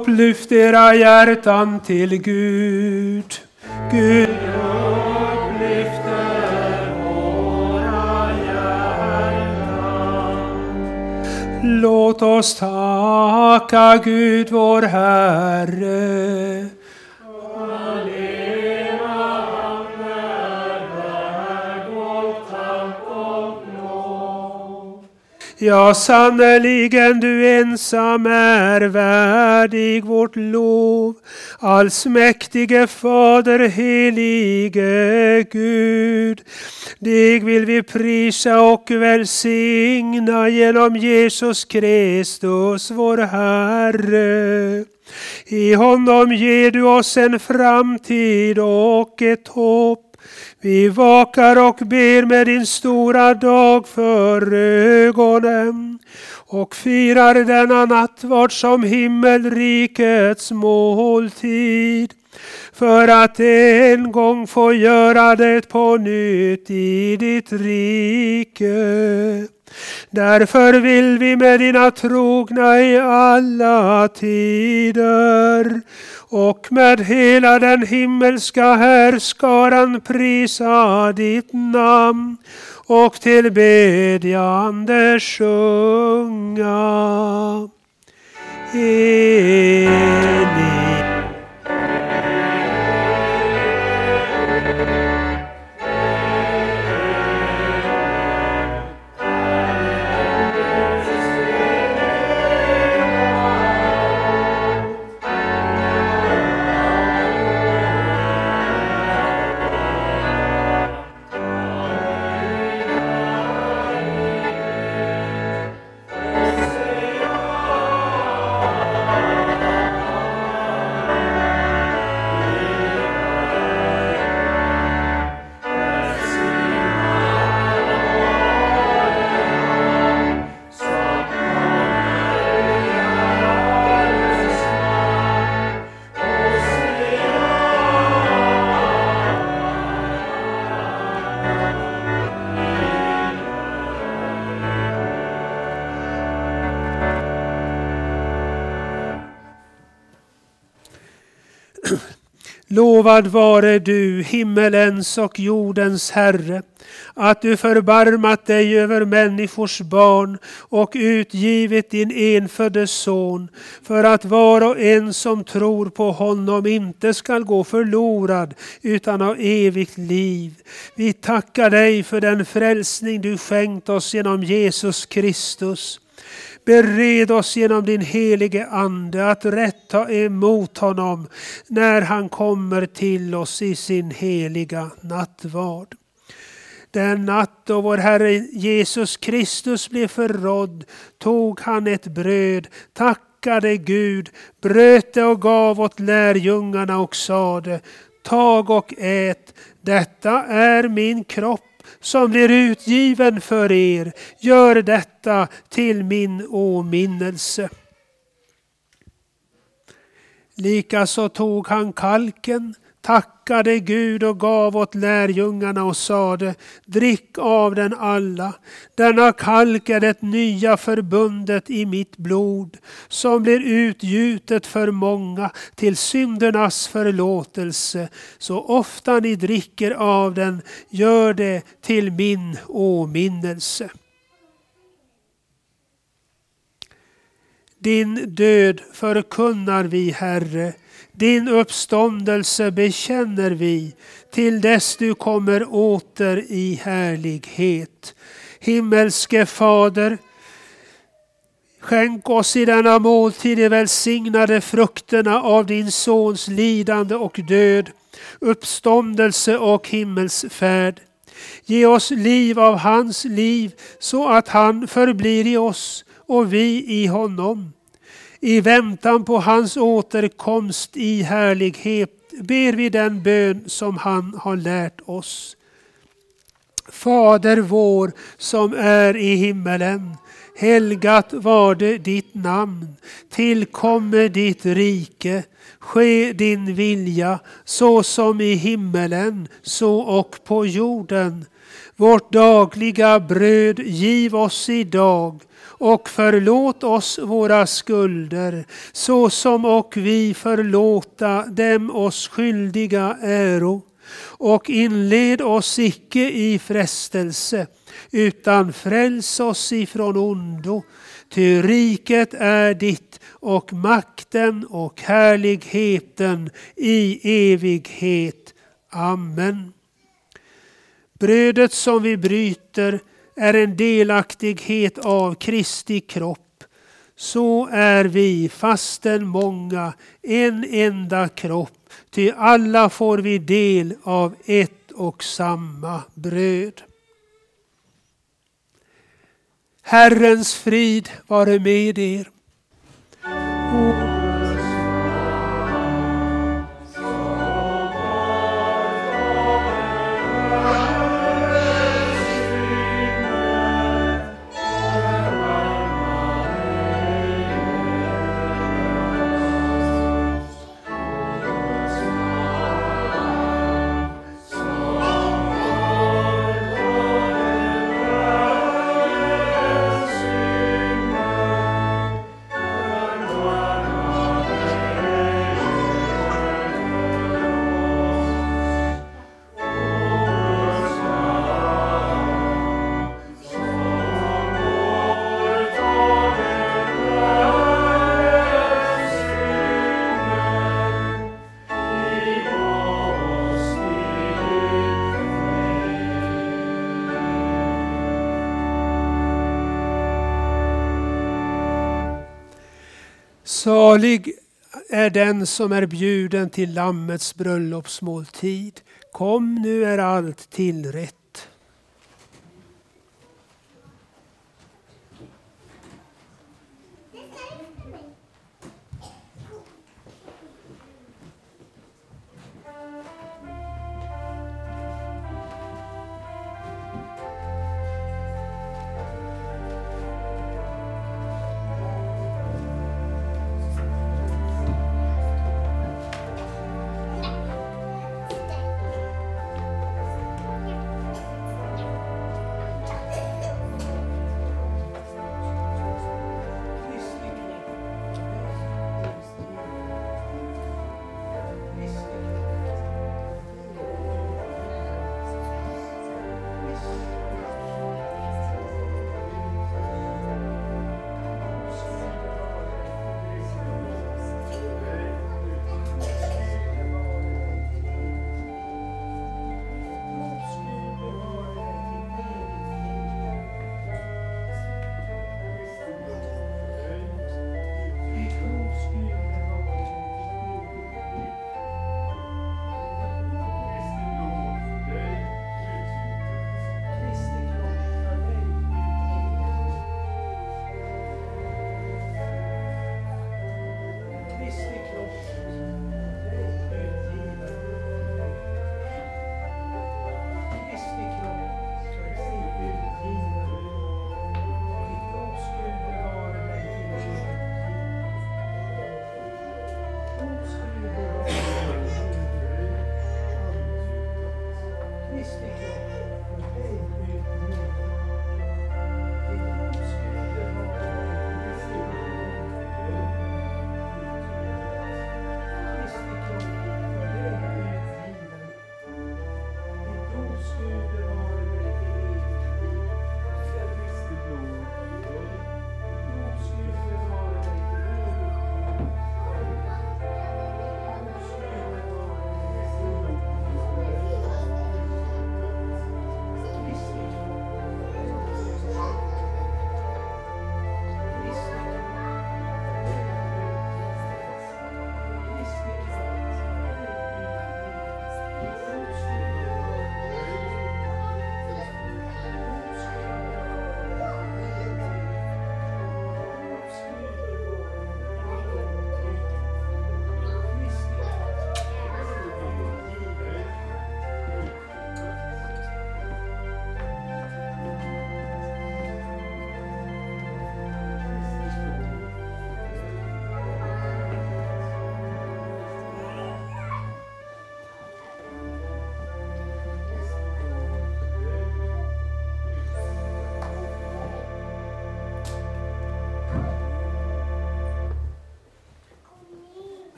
Upplyft era hjärtan till Gud. Gud upplyfter våra hjärtan. Låt oss tacka Gud vår Herre. Ja, sannoliken du ensam är värdig vårt lov. Allsmäktige Fader, helige Gud. Dig vill vi prisa och välsigna genom Jesus Kristus, vår Herre. I honom ger du oss en framtid och ett hopp. Vi vakar och ber med din stora dag för ögonen och firar denna nattvard som himmelrikets måltid, för att en gång få göra det på nytt i ditt rike. Därför vill vi med dina trogna i alla tider och med hela den himmelska härskaran prisa ditt namn och till bedjande sjunga. Helig. Lovad vare du, himmelens och jordens Herre, att du förbarmat dig över människors barn och utgivit din enfödde son, för att var och en som tror på honom inte skall gå förlorad utan ha evigt liv. Vi tackar dig för den frälsning du skänkt oss genom Jesus Kristus. Bered oss genom din helige ande att rätt ta emot honom när han kommer till oss i sin heliga nattvard. Den natt då vår Herre Jesus Kristus blev förrådd tog han ett bröd, tackade Gud, bröt det och gav åt lärjungarna och sade: tag och ät, detta är min kropp som blir utgiven för er. Gör detta till min åminnelse. Likaså tog han kalken, tackade Gud och gav åt lärjungarna och sade: drick av den alla. Denna kalk är det nya förbundet i mitt blod, som blir utgjutet för många till syndernas förlåtelse. Så ofta ni dricker av den, gör det till min åminnelse. Din död förkunnar vi, Herre. Din uppståndelse bekänner vi till dess du kommer åter i härlighet. Himmelske Fader, skänk oss i denna måltid de välsignade frukterna av din sons lidande och död, uppståndelse och himmelsfärd. Ge oss liv av hans liv, så att han förblir i oss och vi i honom. I väntan på hans återkomst i härlighet ber vi den bön som han har lärt oss. Fader vår som är i himmelen, helgat varde ditt namn. Tillkommer ditt rike, ske din vilja så som i himmelen så och på jorden. Vårt dagliga bröd giv oss idag och förlåt oss våra skulder, så som och vi förlåta dem oss skyldiga äro. Och inled oss icke i frestelse, utan fräls oss ifrån ondo. Ty riket är ditt och makten och härligheten i evighet. Amen. Brödet som vi bryter är en delaktighet av Kristi kropp. Så är vi, fastän många, en enda kropp. Ty alla får vi del av ett och samma bröd. Herrens frid vare med er. Salig är den som är bjuden till Lammets bröllopsmåltid. Kom, nu är allt tillrätt.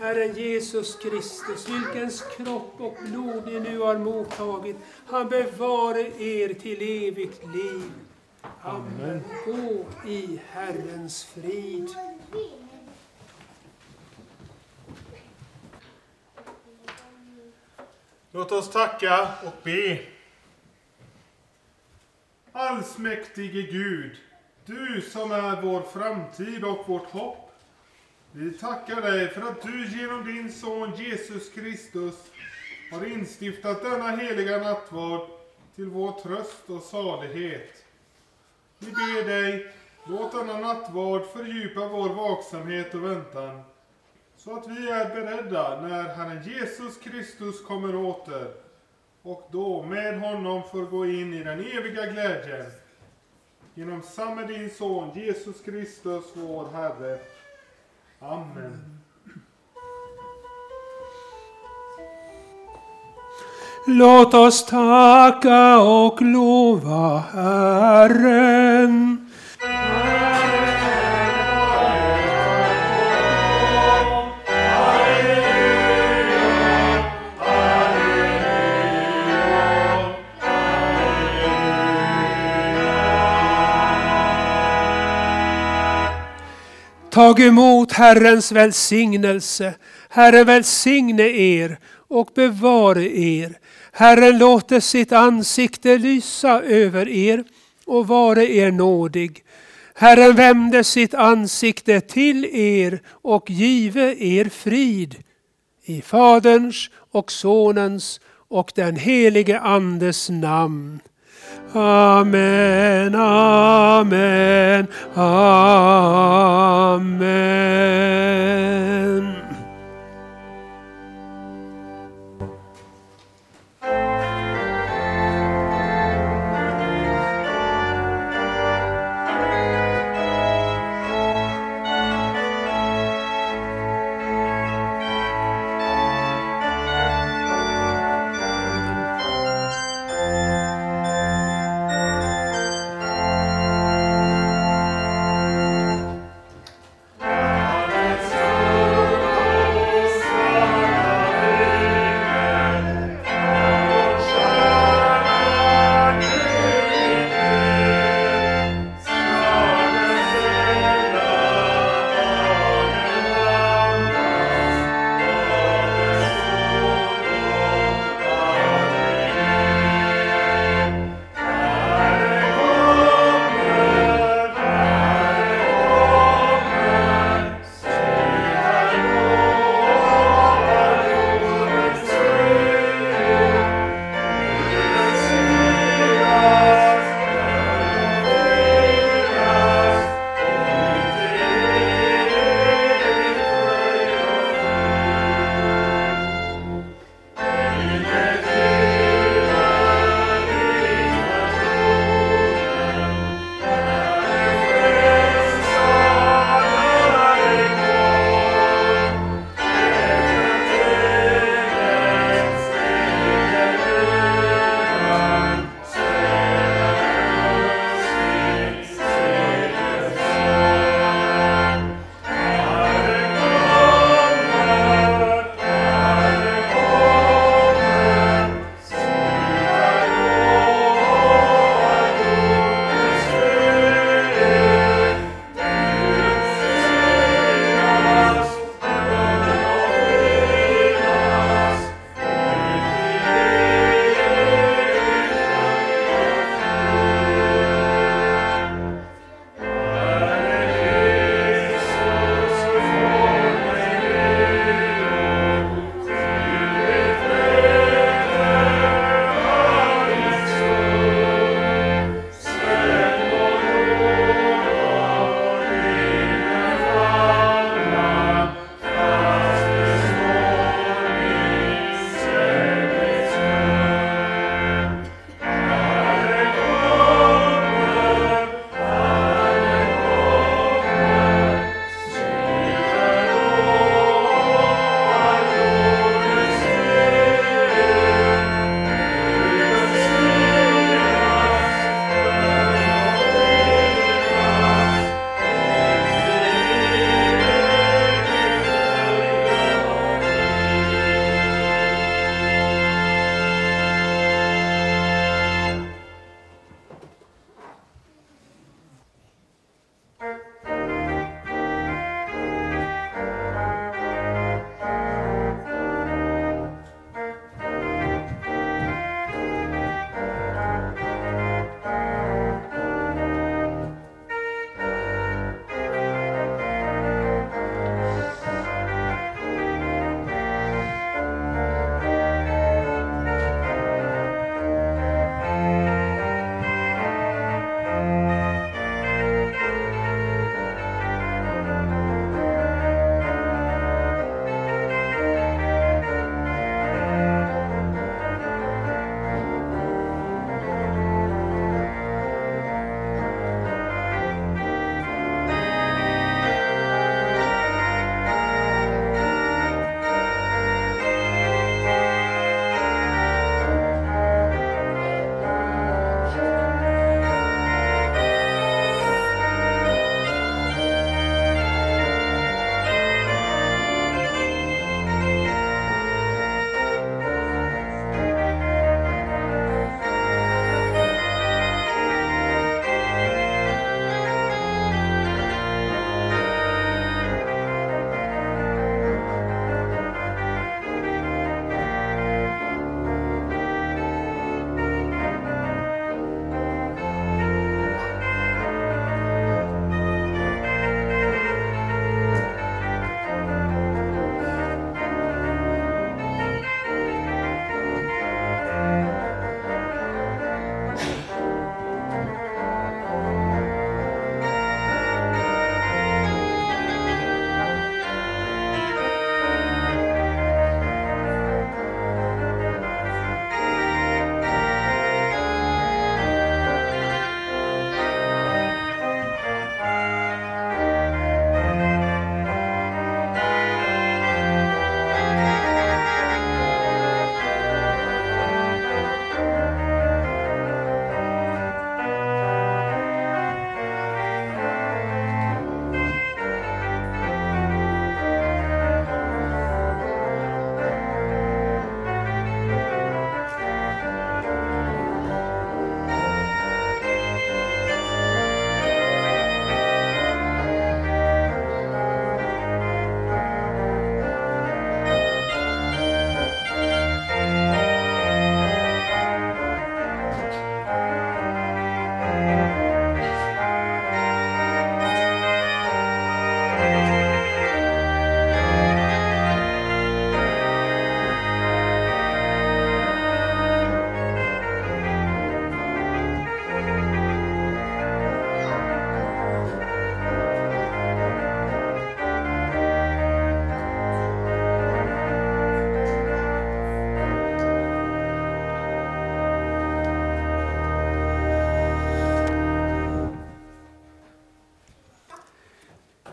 Herren Jesus Kristus, vilkens kropp och blod ni nu har mottagit, han bevarar er till evigt liv. Amen. Gå i Herrens frid. Låt oss tacka och be. Allsmäktige Gud, du som är vår framtid och vårt hopp. Vi tackar dig för att du genom din son Jesus Kristus har instiftat denna heliga nattvard till vår tröst och salighet. Vi ber dig, låt denna nattvard fördjupa vår vaksamhet och väntan, så att vi är beredda när Herren Jesus Kristus kommer åter, och då med honom får gå in i den eviga glädjen. Genom samma din son Jesus Kristus vår Herre. Amen. Låt oss tacka och lova Herren. Tag emot Herrens välsignelse. Herren välsigne er och bevare er. Herren låter sitt ansikte lysa över er och vare er nådig. Herren vände sitt ansikte till er och give er frid. I Faderns och Sonens och den helige Andes namn. Amen, amen, amen.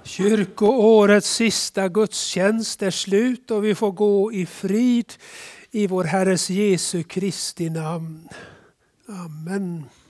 Kyrkoårets sista gudstjänst är slut och vi får gå i frid i vår Herres Jesu Kristi namn. Amen.